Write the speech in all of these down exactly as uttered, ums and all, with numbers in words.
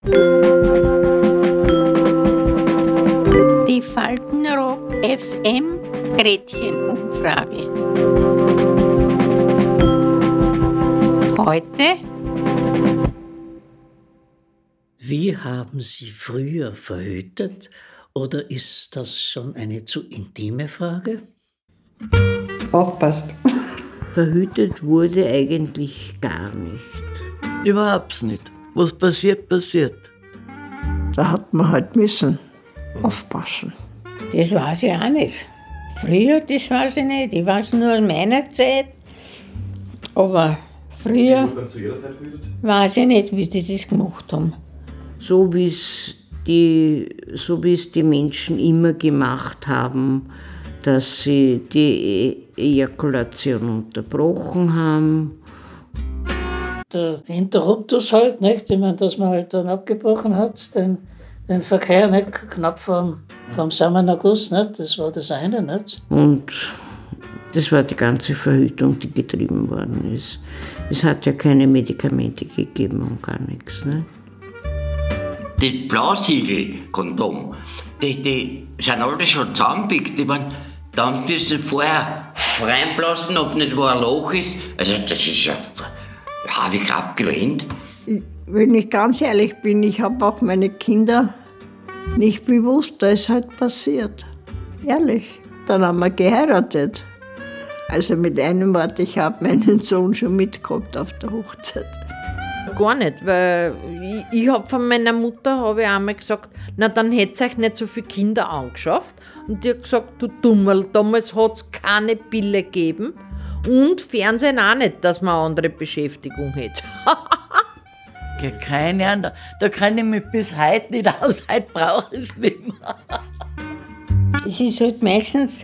Die Faltenrock F M Gretchenumfrage. Heute: Wie haben Sie früher verhütet? Oder ist das schon eine zu intime Frage? Aufpasst. Verhütet wurde eigentlich gar nicht. Überhaupt nicht. Was passiert, passiert. Da hat man halt müssen aufpassen. Das weiß ich auch nicht. Früher, das weiß ich nicht. Ich weiß nur in meiner Zeit. Aber früher weiß ich nicht, wie die das gemacht haben. So wie es die, so wie es die Menschen immer gemacht haben, dass sie die Ejakulation unterbrochen haben. Der Interruptus halt, nicht? Ich meine, dass man halt dann abgebrochen hat, den, den Verkehr, nicht? Knapp vorm, vorm Sommernaguss, nicht? Das war das eine, nicht? Und das war die ganze Verhütung, die getrieben worden ist. Es hat ja keine Medikamente gegeben und gar nichts, nicht? Die Blausiegel-Kondom, die, die sind alle schon zusammengepickt. Die waren, da haben sie vorher reinblasen, ob nicht wo ein Loch ist. Also das ist ja, habe ich abgelehnt. Wenn ich ganz ehrlich bin, ich habe auch meine Kinder nicht bewusst, da ist halt passiert. Ehrlich. Dann haben wir geheiratet. Also mit einem Wort, ich habe meinen Sohn schon mitgehabt auf der Hochzeit. Gar nicht, weil ich, ich habe von meiner Mutter hab ich einmal gesagt, na dann hättet ihr euch nicht so viele Kinder angeschafft. Und die hat gesagt, du Dummerl, damals hat es keine Pille gegeben und Fernsehen auch nicht, dass man eine andere Beschäftigung hätte. Ja, keine andere. Da kann ich mich bis heute nicht aus, heute brauche ich es nicht mehr. Es ist halt meistens,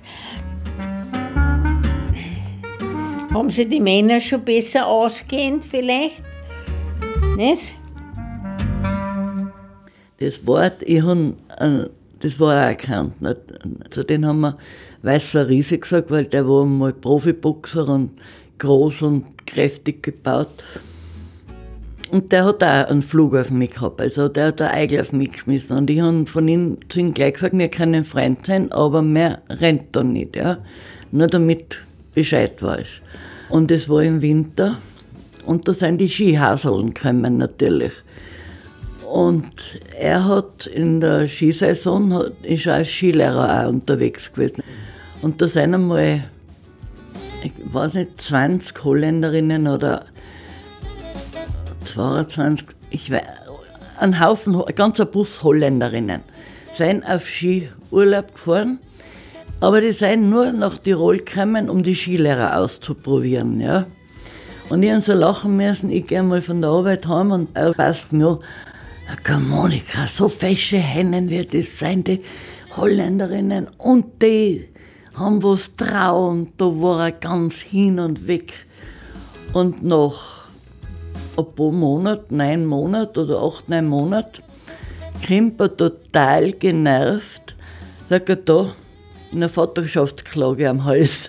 haben sich die Männer schon besser ausgehend vielleicht, nicht? Das Wort, ich hab, äh, das war auch erkannt. Nicht? Zu den haben wir Weißer Riese gesagt, weil der war mal Profiboxer und groß und kräftig gebaut. Und der hat auch einen Flug auf mich gehabt, also der hat ein Eigel auf mich geschmissen. Und ich habe von ihm zu ihm gleich gesagt, wir können Freund sein, aber mehr rennt da nicht. Ja? Nur damit Bescheid weißt. Und es war im Winter und da sind die Skihaseln gekommen natürlich. Und er hat in der Skisaison, hat, ist als Skilehrer auch unterwegs gewesen. Und da sind einmal, ich weiß nicht, zwanzig Holländerinnen oder zweiundzwanzig, ich weiß, ein Haufen, ein ganzer Bus Holländerinnen, sind auf Skiurlaub gefahren, aber die sind nur nach Tirol gekommen, um die Skilehrer auszuprobieren. Ja. Und ich habe so lachen müssen, ich gehe mal von der Arbeit heim und er passt mir an, Monika, so fesche Hennen wird das sein, die Holländerinnen, und die haben was drauf und da war er ganz hin und weg. Und nach ein paar Monaten, neun Monate oder acht, neun Monate, kommt er total genervt, sagt er da, in einer Vaterschaftsklage am Hals.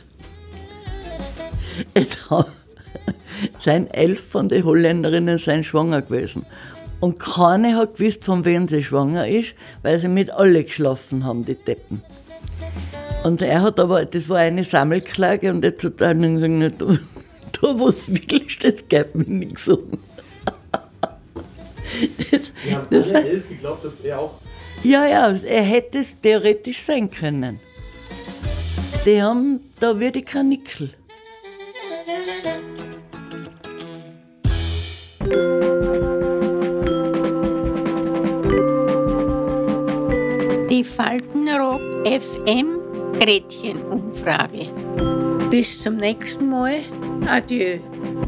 Jetzt sind elf von den Holländerinnen sind schwanger gewesen. Und keine hat gewusst, von wem sie schwanger ist, weil sie mit alle geschlafen haben, die Deppen. Und er hat aber, das war eine Sammelklage, und jetzt hat er dann gesagt, du, du was willst, das geht mir nichts um. Das, Wir haben das, alle elf geglaubt, dass er auch... Ja, ja, er hätte es theoretisch sein können. Die haben da wie die Karnickel. Die Faltenrock F M Gretchenumfrage. Bis zum nächsten Mal. Adieu.